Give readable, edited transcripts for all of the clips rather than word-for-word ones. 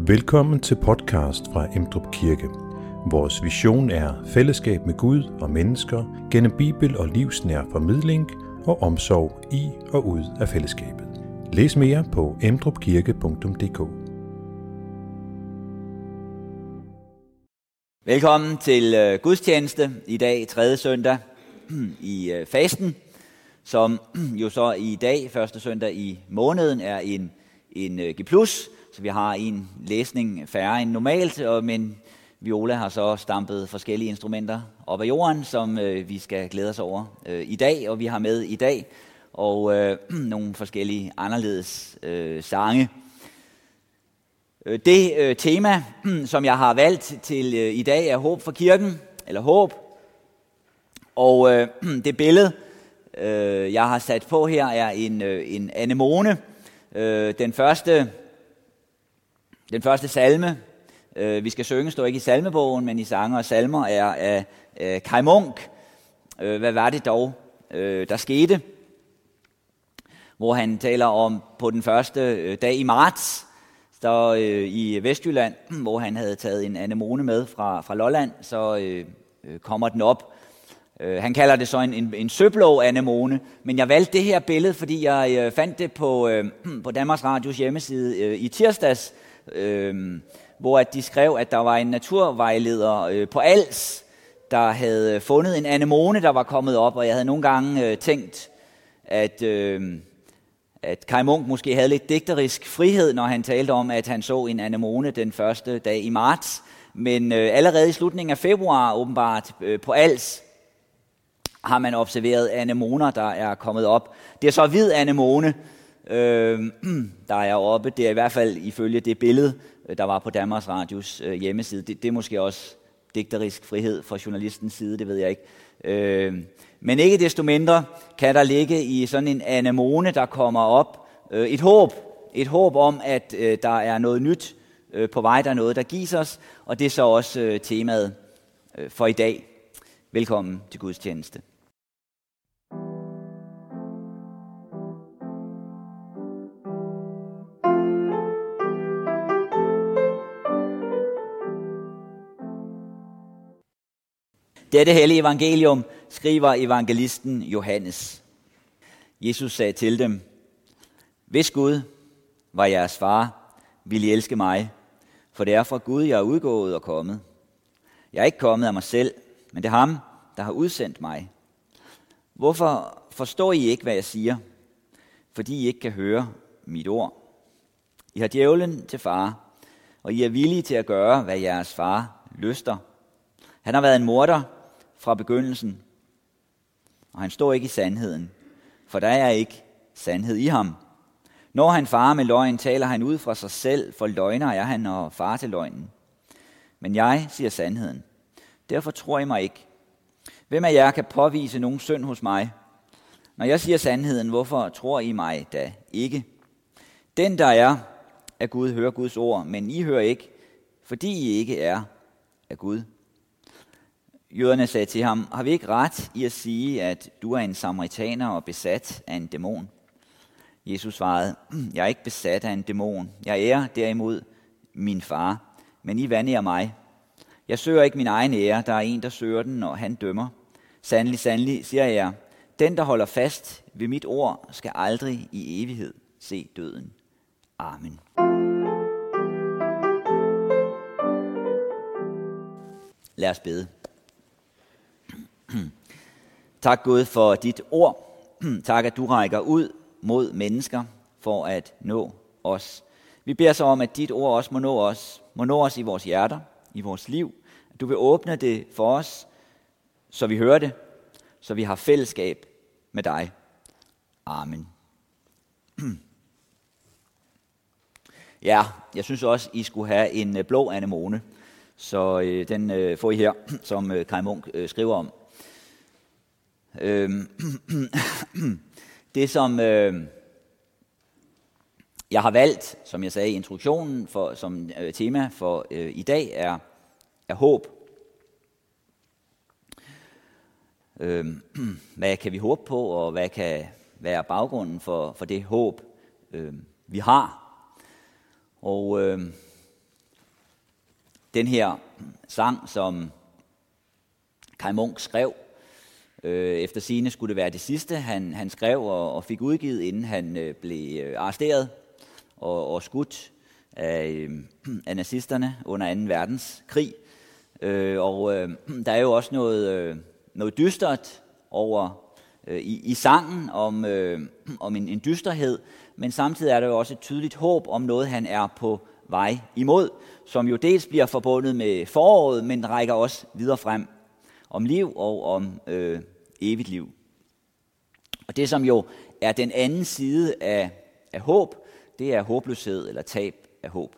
Velkommen til podcast fra Emdrup Kirke. Vores vision er fællesskab med Gud og mennesker gennem bibel- og livsnær formidling og omsorg i og ud af fællesskabet. Læs mere på emdrupkirke.dk. Velkommen til gudstjeneste i dag, 3. søndag i fasten, som jo så i dag, første søndag i måneden, er en G+, så vi har en læsning færre end normalt, men Viola har så stampet forskellige instrumenter op af jorden, som vi skal glæde os over i dag, og vi har med i dag og nogle forskellige anderledes sange. Det tema, som jeg har valgt til i dag, er håb for kirken, eller håb. Og det billede, jeg har sat på her, er en anemone. Den første salme, vi skal synge, står ikke i salmebogen, men i Sange og Salmer, er af Kaj Munk. Hvad var det dog, der skete? Hvor han taler om på den første dag i marts, der i Vestjylland, hvor han havde taget en anemone med fra Lolland, så kommer den op. Han kalder det så en søblå anemone, men jeg valgte det her billede, fordi jeg fandt det på Danmarks Radios hjemmeside i tirsdags, hvor at de skrev, at der var en naturvejleder på Als, der havde fundet en anemone, der var kommet op, og jeg havde nogle gange tænkt, at Kaj Munk måske havde lidt digterisk frihed, når han talte om, at han så en anemone den første dag i marts. Men allerede i slutningen af februar, åbenbart på Als, har man observeret anemoner, der er kommet op. Det er så hvid anemone, der er oppe. Det er i hvert fald ifølge det billede, der var på Danmarks Radios hjemmeside. Det er måske også digterisk frihed fra journalistens side, det ved jeg ikke. Men ikke desto mindre kan der ligge i sådan en anemone, der kommer op, et håb om, at der er noget nyt på vej, der er noget, der gives os, og det er så også temaet for i dag. Velkommen til gudstjeneste. Dette hellige evangelium skriver evangelisten Johannes. Jesus sagde til dem: Hvis Gud var jeres far, ville I elske mig, for det er fra Gud, jeg er udgået og kommet. Jeg er ikke kommet af mig selv, men det er ham, der har udsendt mig. Hvorfor forstår I ikke, hvad jeg siger? Fordi I ikke kan høre mit ord. I har djævlen til far, og I er villige til at gøre, hvad jeres far lyster. Han har været en morder fra begyndelsen, og han står ikke i sandheden, for der er ikke sandhed i ham. Når han farer med løgn, taler han ud fra sig selv, for løgner er han og far til løgnen. Men jeg siger sandheden. Derfor tror I mig ikke. Hvem af jer kan påvise nogen synd hos mig? Når jeg siger sandheden, hvorfor tror I mig da ikke? Den, der er af Gud, hører Guds ord, men I hører ikke, fordi I ikke er af Gud. Jøderne sagde til ham: Har vi ikke ret i at sige, at du er en samaritaner og besat af en dæmon? Jesus svarede: Jeg er ikke besat af en dæmon. Jeg ærer derimod min far, men I vanærer mig. Jeg søger ikke min egen ære, der er en, der søger den, og han dømmer. Sandelig, sandelig, siger jeg jer, den, der holder fast ved mit ord, skal aldrig i evighed se døden. Amen. Lad os bede. Tak Gud for dit ord. Tak, at du rækker ud mod mennesker for at nå os. Vi beder så om, at dit ord også må nå os i vores hjerter, i vores liv. At du vil åbne det for os, så vi hører det, så vi har fællesskab med dig. Amen. Ja, jeg synes også, I skulle have en blå anemone, så den får I her, som Kaj Munk skriver om. Det, som jeg har valgt, som jeg sagde i introduktionen, som tema for i dag, er håb. Hvad kan vi håbe på, og hvad kan være baggrunden for det håb, vi har? Og den her sang, som Kaj Munk skrev. Efter sigende skulle det være det sidste, han skrev og fik udgivet, inden han blev arresteret og skudt af nazisterne under 2. verdenskrig. Der er jo også noget dystert over i sangen om en dysterhed, men samtidig er der jo også et tydeligt håb om noget, han er på vej imod, som jo dels bliver forbundet med foråret, men rækker også videre frem om liv og om evigt liv. Og det, som jo er den anden side af håb, det er håbløshed eller tab af håb.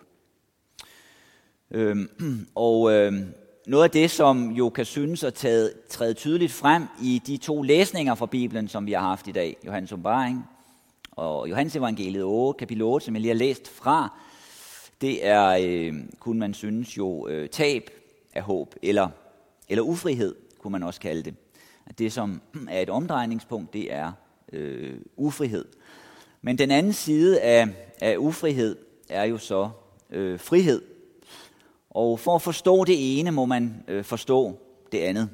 Noget af det, som jo kan synes at træde tydeligt frem i de 2 læsninger fra Bibelen, som vi har haft i dag, Johannes Åbenbaring og Johannes Evangeliet kapitel 8, som jeg lige har læst fra, det er, kunne man synes jo, tab af håb, eller ufrihed, kunne man også kalde det. Det, som er et omdrejningspunkt, det er ufrihed. Men den anden side af ufrihed er jo så frihed. Og for at forstå det ene, må man forstå det andet.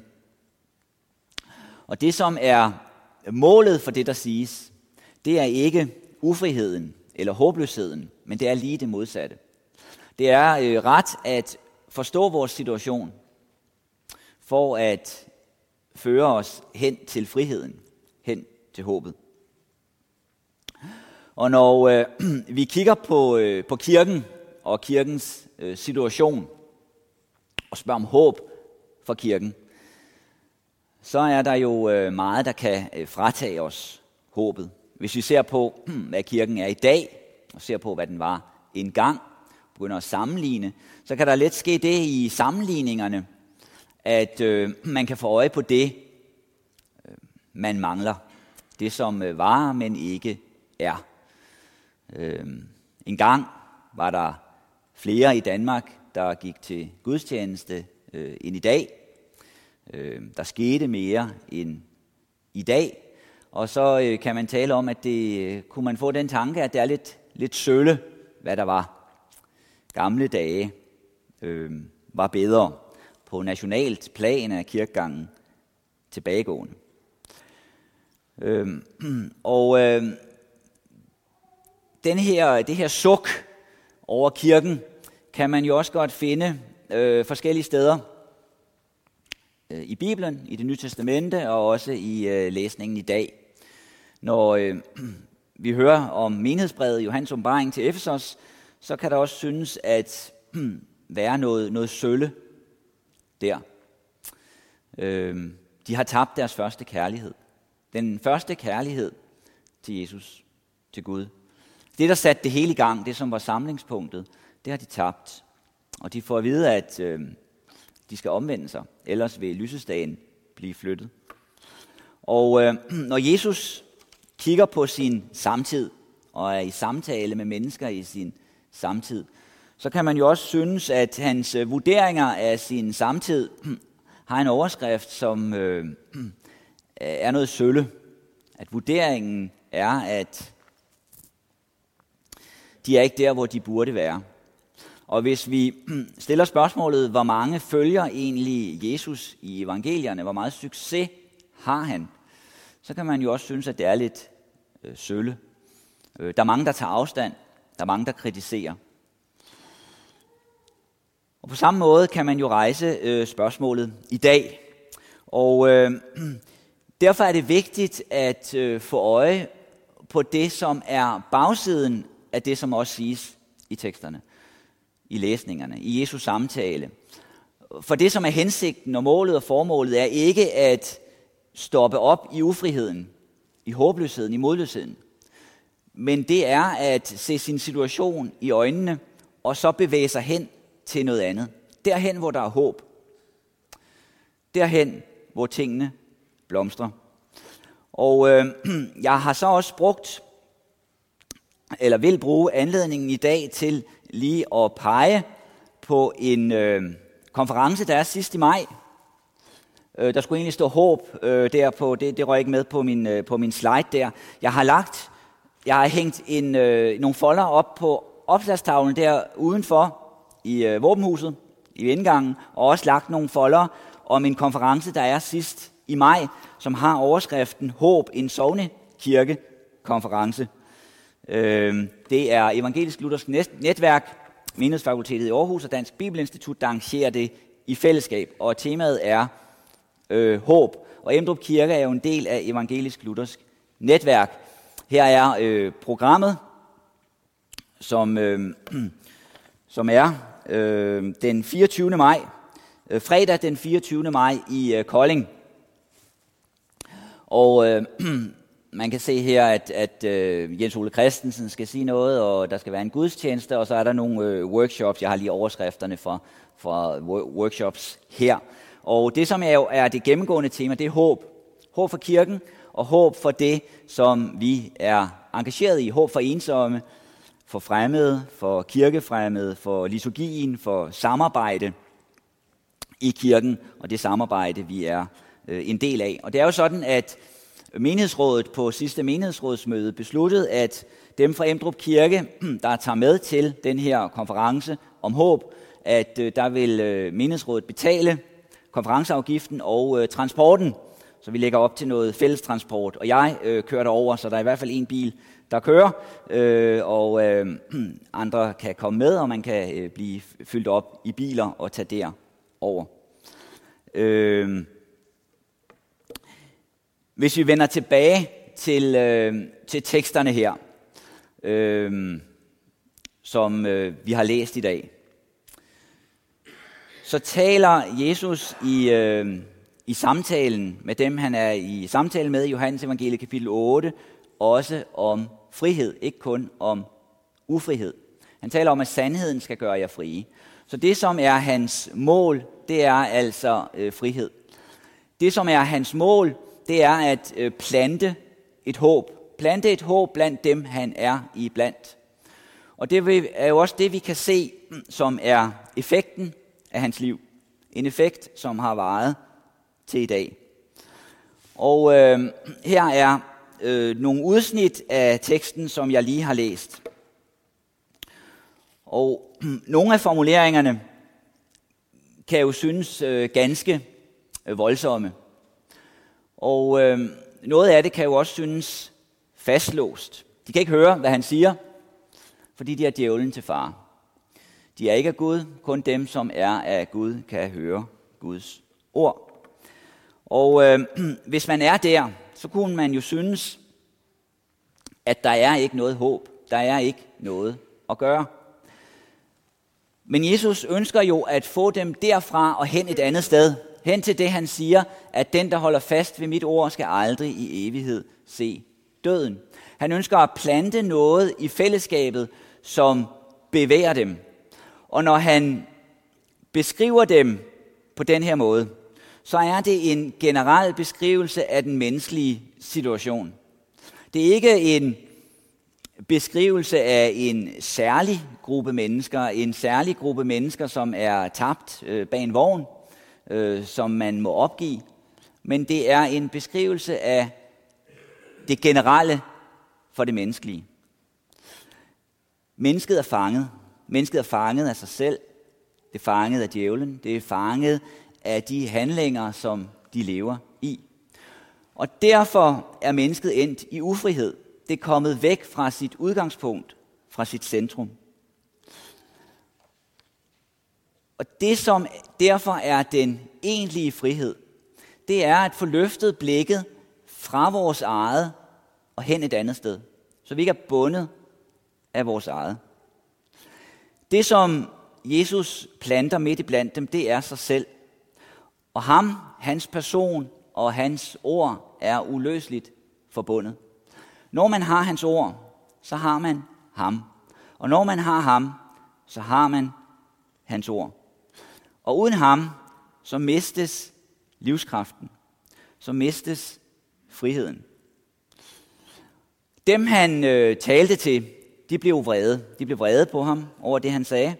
Og det, som er målet for det, der siges, det er ikke ufriheden eller håbløsheden, men det er lige det modsatte. Det er ret at forstå vores situation, for at føre os hen til friheden, hen til håbet. Og når vi kigger på kirken og kirkens situation, og spørger om håb for kirken, så er der jo meget, der kan fratage os håbet. Hvis vi ser på, hvad kirken er i dag, og ser på, hvad den var engang, begynder at sammenligne, så kan der let ske det i sammenligningerne, at man kan få øje på det, man mangler. Det, som var, men ikke er. En gang var der flere i Danmark, der gik til gudstjeneste end i dag. Der skete mere end i dag. Og så kan man tale om, at det kunne man få den tanke, at det er lidt sølle, hvad der var. Gamle dage var bedre. På nationalt plan af kirkegangen tilbagegående. Det her suk over kirken kan man jo også godt finde forskellige steder i Bibelen, i Det Nye Testamente og også i læsningen i dag. Når vi hører om menighedsbrevet i Johannes Åbenbaring til Efesos, så kan der også synes at være noget sølle der. De har tabt deres første kærlighed. Den første kærlighed til Jesus, til Gud. Det, der satte det hele i gang, det som var samlingspunktet, det har de tabt. Og de får at vide, at de skal omvende sig, ellers vil lysestagen blive flyttet. Og når Jesus kigger på sin samtid, og er i samtale med mennesker i sin samtid, så kan man jo også synes, at hans vurderinger af sin samtid har en overskrift, som er noget sølle. At vurderingen er, at de er ikke der, hvor de burde være. Og hvis vi stiller spørgsmålet, hvor mange følger egentlig Jesus i evangelierne, hvor meget succes har han, så kan man jo også synes, at det er lidt sølle. Der er mange, der tager afstand. Der er mange, der kritiserer. Og på samme måde kan man jo rejse spørgsmålet i dag. Og derfor er det vigtigt at få øje på det, som er bagsiden af det, som også siges i teksterne, i læsningerne, i Jesu samtale. For det, som er hensigten og målet og formålet, er ikke at stoppe op i ufriheden, i håbløsheden, i modløsheden. Men det er at se sin situation i øjnene, og så bevæge sig hen til noget andet. Derhen, hvor der er håb. Derhen, hvor tingene blomstrer. Og jeg har så også vil bruge anledningen i dag til lige at pege på en konference, der er sidst i maj. Der skulle egentlig stå håb der på, det røg ikke med på min slide der. Jeg har hængt nogle folder op på opslagstavlen der udenfor i våbenhuset i indgangen, og også lagt nogle folder om en konference, der er sidst i maj, som har overskriften Håb, en sognekirkekonference. Det er Evangelisk Luthersk Netværk, Menighedsfakultetet i Aarhus og Dansk Bibelinstitut, der arrangerer det i fællesskab, og temaet er håb. Og Emdrup Kirke er jo en del af Evangelisk Luthersk Netværk. Her er programmet, som er den 24. maj, fredag den 24. maj i Kolding. Og man kan se her, at Jens Ole Christensen skal sige noget, og der skal være en gudstjeneste, og så er der nogle workshops. Jeg har lige overskrifterne fra workshops her. Og det, som er det gennemgående tema, det er håb. Håb for kirken, og håb for det, som vi er engageret i. Håb for ensomme, for fremmede, for kirkefremmede, for liturgien, for samarbejde i kirken, og det samarbejde, vi er en del af. Og det er jo sådan, at menighedsrådet på sidste menighedsrådsmøde besluttede, at dem fra Emdrup Kirke, der tager med til den her konference om håb, at der vil menighedsrådet betale konferenceafgiften og transporten, så vi lægger op til noget fælles transport. Og jeg kører derover, så der er i hvert fald en bil, der kører, og andre kan komme med, og man kan blive fyldt op i biler og tage derover. Hvis vi vender tilbage til teksterne her, som vi har læst i dag, så taler Jesus i samtalen med dem, han er i samtale med i Johannes Evangeliet kapitel 8, også om frihed, ikke kun om ufrihed. Han taler om, at sandheden skal gøre jer frie. Så det, som er hans mål, det er altså frihed. Det, som er hans mål, det er at plante et håb. Plante et håb blandt dem, han er iblandt. Og det er jo også det, vi kan se, som er effekten af hans liv. En effekt, som har varet til i dag. Og her er nogle udsnit af teksten, som jeg lige har læst. Og nogle af formuleringerne kan jo synes ganske voldsomme. Og noget af det kan jo også synes fastlåst. De kan ikke høre, hvad han siger, fordi de er djævlen til fare. De er ikke af Gud, kun dem, som er af Gud, kan høre Guds ord. Og hvis man er der, så kunne man jo synes, at der er ikke noget håb. Der er ikke noget at gøre. Men Jesus ønsker jo at få dem derfra og hen et andet sted. Hen til det, han siger, at den, der holder fast ved mit ord, skal aldrig i evighed se døden. Han ønsker at plante noget i fællesskabet, som bevæger dem. Og når han beskriver dem på den her måde, så er det en generel beskrivelse af den menneskelige situation. Det er ikke en beskrivelse af en særlig gruppe mennesker, som er tabt bag en vogn, som man må opgive, men det er en beskrivelse af det generelle for det menneskelige. Mennesket er fanget. Mennesket er fanget af sig selv. Det er fanget af djævlen. Det er fanget af de handlinger, som de lever i. Og derfor er mennesket endt i ufrihed. Det er kommet væk fra sit udgangspunkt, fra sit centrum. Og det, som derfor er den egentlige frihed, det er at få løftet blikket fra vores eget og hen et andet sted. Så vi ikke er bundet af vores eget. Det, som Jesus planter midt iblandt dem, det er sig selv. Og ham, hans person og hans ord er uløseligt forbundet. Når man har hans ord, så har man ham. Og når man har ham, så har man hans ord. Og uden ham, så mistes livskraften. Så mistes friheden. Dem han talte til, de blev vrede. De blev vrede på ham over det, han sagde.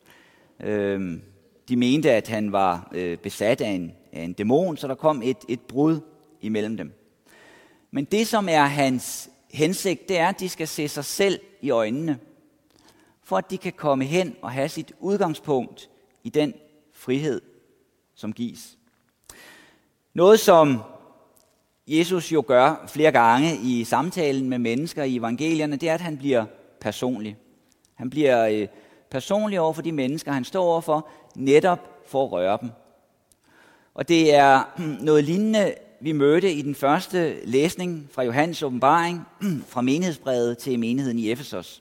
De mente, at han var besat af en dæmon, så der kom et brud imellem dem. Men det, som er hans hensigt, det er, at de skal se sig selv i øjnene, for at de kan komme hen og have sit udgangspunkt i den frihed, som gives. Noget, som Jesus jo gør flere gange i samtalen med mennesker i evangelierne, det er, at han bliver personlig. Han bliver personlig over for de mennesker, han står overfor, netop for at røre dem. Og det er noget lignende, vi mødte i den første læsning fra Johannes åbenbaring, fra menighedsbrevet til menigheden i Efesos.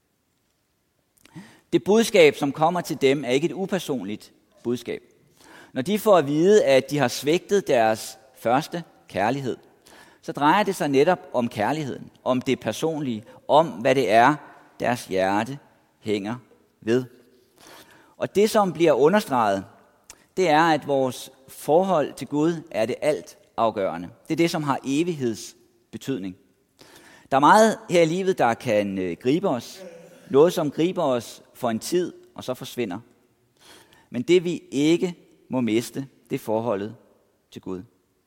Det budskab, som kommer til dem, er ikke et upersonligt budskab. Når de får at vide, at de har svigtet deres første kærlighed, så drejer det sig netop om kærligheden, om det personlige, om hvad det er, deres hjerte hænger ved. Og det, som bliver understreget, det er, at vores forhold til Gud er det alt afgørende. Det er det, som har evighedsbetydning. Der er meget her i livet, der kan gribe os. Noget, som griber os for en tid, og så forsvinder. Men det, vi ikke må miste, det er forholdet til Gud.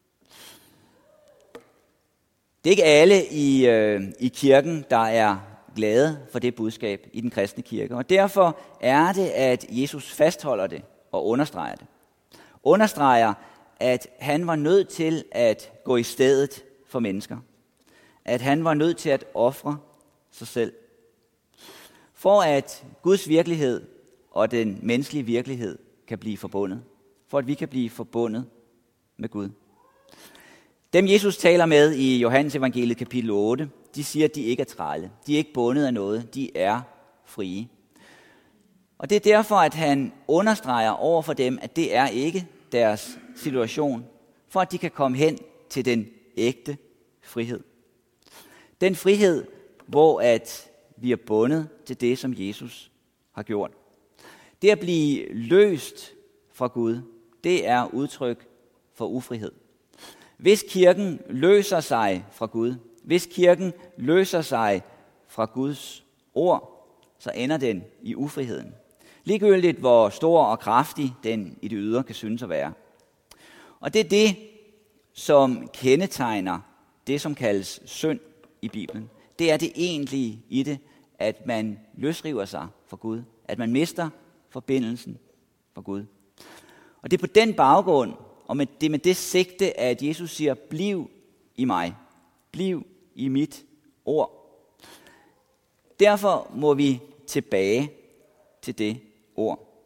Det er ikke alle i kirken, der er glade for det budskab i den kristne kirke. Og derfor er det, at Jesus fastholder det og understreger det. Understreger, at han var nødt til at gå i stedet for mennesker. At han var nødt til at ofre sig selv. For at Guds virkelighed og den menneskelige virkelighed kan blive forbundet. For at vi kan blive forbundet med Gud. Dem Jesus taler med i Johannes evangeliet kapitel 8, de siger, at de ikke er trælle. De er ikke bundet af noget. De er frie. Og det er derfor, at han understreger over for dem, at det er ikke deres situation, for at de kan komme hen til den ægte frihed. Den frihed, hvor at vi er bundet til det, som Jesus har gjort. Det at blive løst fra Gud, det er udtryk for ufrihed. Hvis kirken løser sig fra Gud, hvis kirken løser sig fra Guds ord, så ender den i ufriheden. Ligegyldigt hvor stor og kraftig den i det ydre kan synes at være. Og det er det, som kendetegner det, som kaldes synd i Bibelen. Det er det egentlige i det, at man løsriver sig fra Gud. At man mister forbindelsen fra Gud. Og det er på den baggrund, og det er med det sigte, at Jesus siger, bliv i mig. Bliv i mit ord. Derfor må vi tilbage til det ord.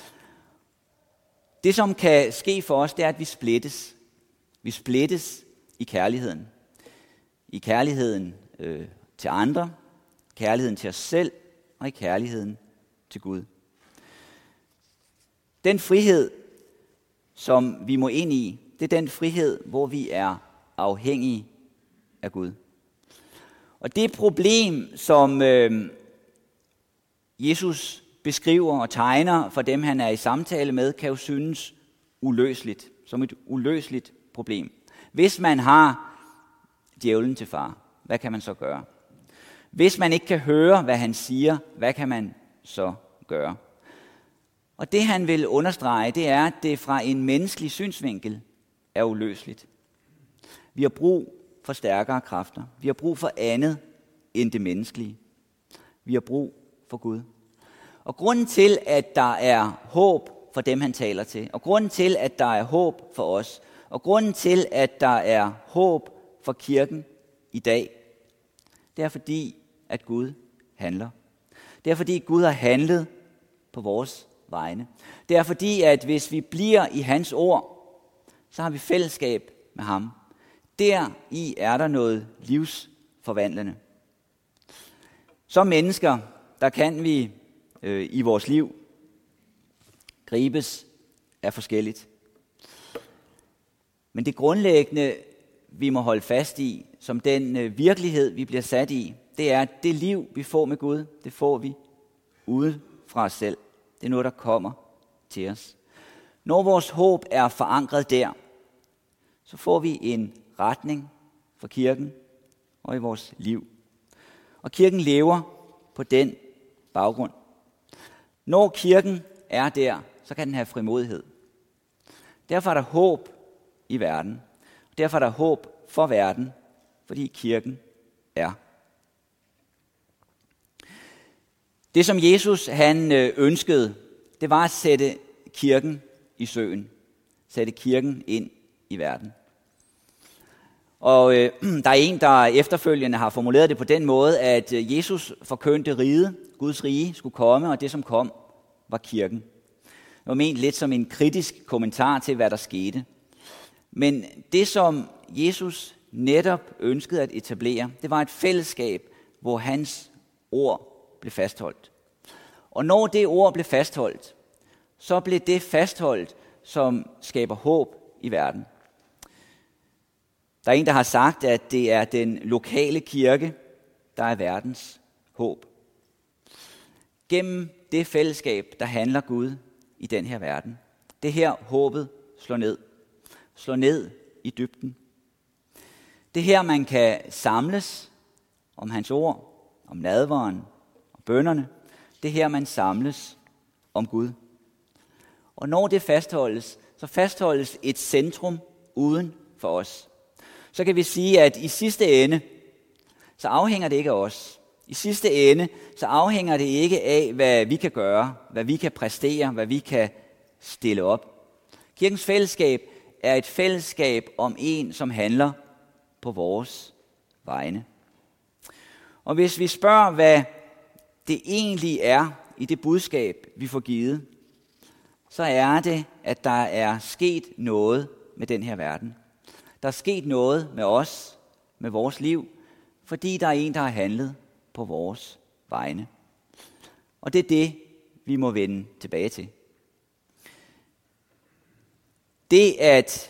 Det, som kan ske for os, det er, at vi splittes. Vi splittes i kærligheden. I kærligheden til andre, kærligheden til os selv og i kærligheden til Gud. Den frihed, som vi må ind i, det er den frihed, hvor vi er afhængige af Gud. Og det problem, som Jesus beskriver og tegner for dem, han er i samtale med, kan jo synes uløseligt, som et uløseligt problem. Hvis man har djævlen til far, hvad kan man så gøre? Hvis man ikke kan høre, hvad han siger, hvad kan man så gøre? Og det han vil understrege, det er, at det fra en menneskelig synsvinkel er uløseligt. Vi har brug for stærkere kræfter. Vi har brug for andet end det menneskelige. Vi har brug for Gud. Og grunden til, at der er håb for dem, han taler til, og grunden til, at der er håb for os, og grunden til, at der er håb for kirken i dag, det er fordi, at Gud handler. Det er fordi, Gud har handlet på vores vegne. Det er fordi, at hvis vi bliver i hans ord, så har vi fællesskab med ham. Deri er der noget livsforvandlende. Som mennesker, der kan vi i vores liv gribes af forskelligt. Men det grundlæggende, vi må holde fast i, som den virkelighed, vi bliver sat i, det er, at det liv, vi får med Gud, det får vi ude fra os selv. Det er noget, der kommer til os. Når vores håb er forankret der, så får vi en retning for kirken og i vores liv. Og kirken lever på den baggrund. Når kirken er der, så kan den have frimodighed. Derfor er der håb i verden. Derfor er der håb for verden, fordi kirken er. Det som Jesus han ønskede, det var at sætte kirken i søen, satte kirken ind i verden. Og der er en, der efterfølgende har formuleret det på den måde, at Jesus forkyndte riget, Guds rige skulle komme, og det som kom var kirken. Det var ment lidt som en kritisk kommentar til, hvad der skete. Men det, som Jesus netop ønskede at etablere, det var et fællesskab, hvor hans ord blev fastholdt. Og når det ord blev fastholdt, så blev det fastholdt, som skaber håb i verden. Der er en, der har sagt, at det er den lokale kirke, der er verdens håb. Gennem det fællesskab, der handler Gud i den her verden. Det her håbet slår ned. Slår ned i dybden. Det her, man kan samles om hans ord, om nadveren og bønnerne. Det her, man samles om Gud. Og når det fastholdes, så fastholdes et centrum uden for os. Så kan vi sige, at i sidste ende, så afhænger det ikke af os. I sidste ende, så afhænger det ikke af, hvad vi kan gøre, hvad vi kan præstere, hvad vi kan stille op. Kirkens fællesskab er et fællesskab om en, som handler på vores vegne. Og hvis vi spørger, hvad det egentlig er i det budskab, vi får givet, så er det, at der er sket noget med den her verden. Der er sket noget med os, med vores liv, fordi der er en, der har handlet på vores vegne. Og det er det, vi må vende tilbage til. Det at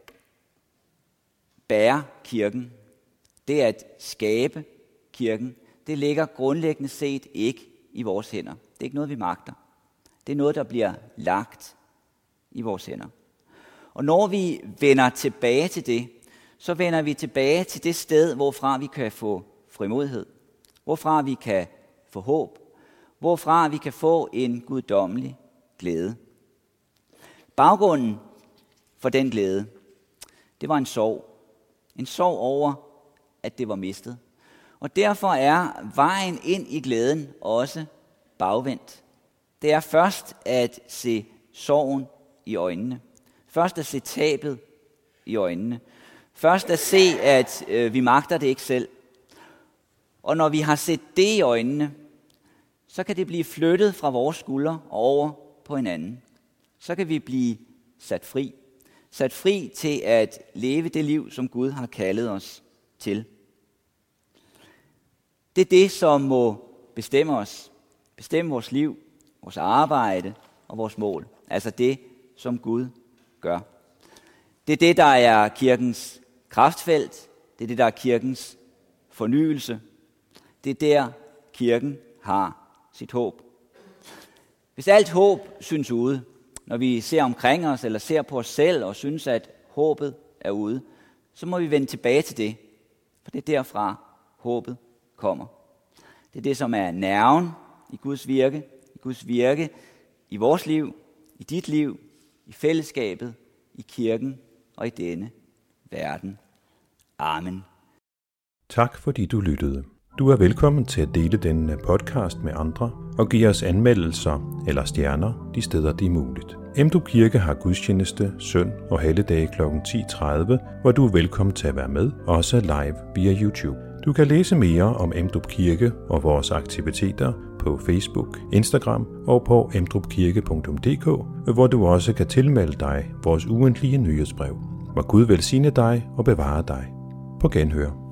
bære kirken, det at skabe kirken, det ligger grundlæggende set ikke i vores hænder. Det er ikke noget, vi magter. Det er noget, der bliver lagt i vores hænder. Og når vi vender tilbage til det, så vender vi tilbage til det sted, hvorfra vi kan få frimodighed, hvorfra vi kan få håb, hvorfra vi kan få en guddommelig glæde. Baggrunden for den glæde, det var en sorg. En sorg over, at det var mistet. Og derfor er vejen ind i glæden også bagvendt. Det er først at se sorgen i øjnene. Først at se tabet i øjnene. Først at se, at vi magter det ikke selv. Og når vi har set det i øjnene, så kan det blive flyttet fra vores skuldre og over på en anden. Så kan vi blive sat fri. Sat fri til at leve det liv, som Gud har kaldet os til. Det er det, som må bestemme os. Bestemme vores liv, vores arbejde og vores mål. Altså det, som Gud gør. Det er det, der er kirkens kraftfelt. Det er det, der er kirkens fornyelse. Det er der, kirken har sit håb. Hvis alt håb synes ude, når vi ser omkring os eller ser på os selv og synes, at håbet er ude, så må vi vende tilbage til det. For det er derfra, håbet kommer. Det er det, som er nerven i Guds virke i vores liv, i dit liv, i fællesskabet, i kirken og i denne verden. Amen. Tak fordi du lyttede. Du er velkommen til at dele denne podcast med andre og give os anmeldelser eller stjerner de steder, det er muligt. Emdrup Kirke har gudstjeneste søn- og helligdage kl. 10.30, hvor du er velkommen til at være med, også live via YouTube. Du kan læse mere om Emdrup Kirke og vores aktiviteter på Facebook, Instagram og på emdrupkirke.dk, hvor du også kan tilmelde dig vores ugentlige nyhedsbrev. Må Gud velsigne dig og bevare dig. På genhør.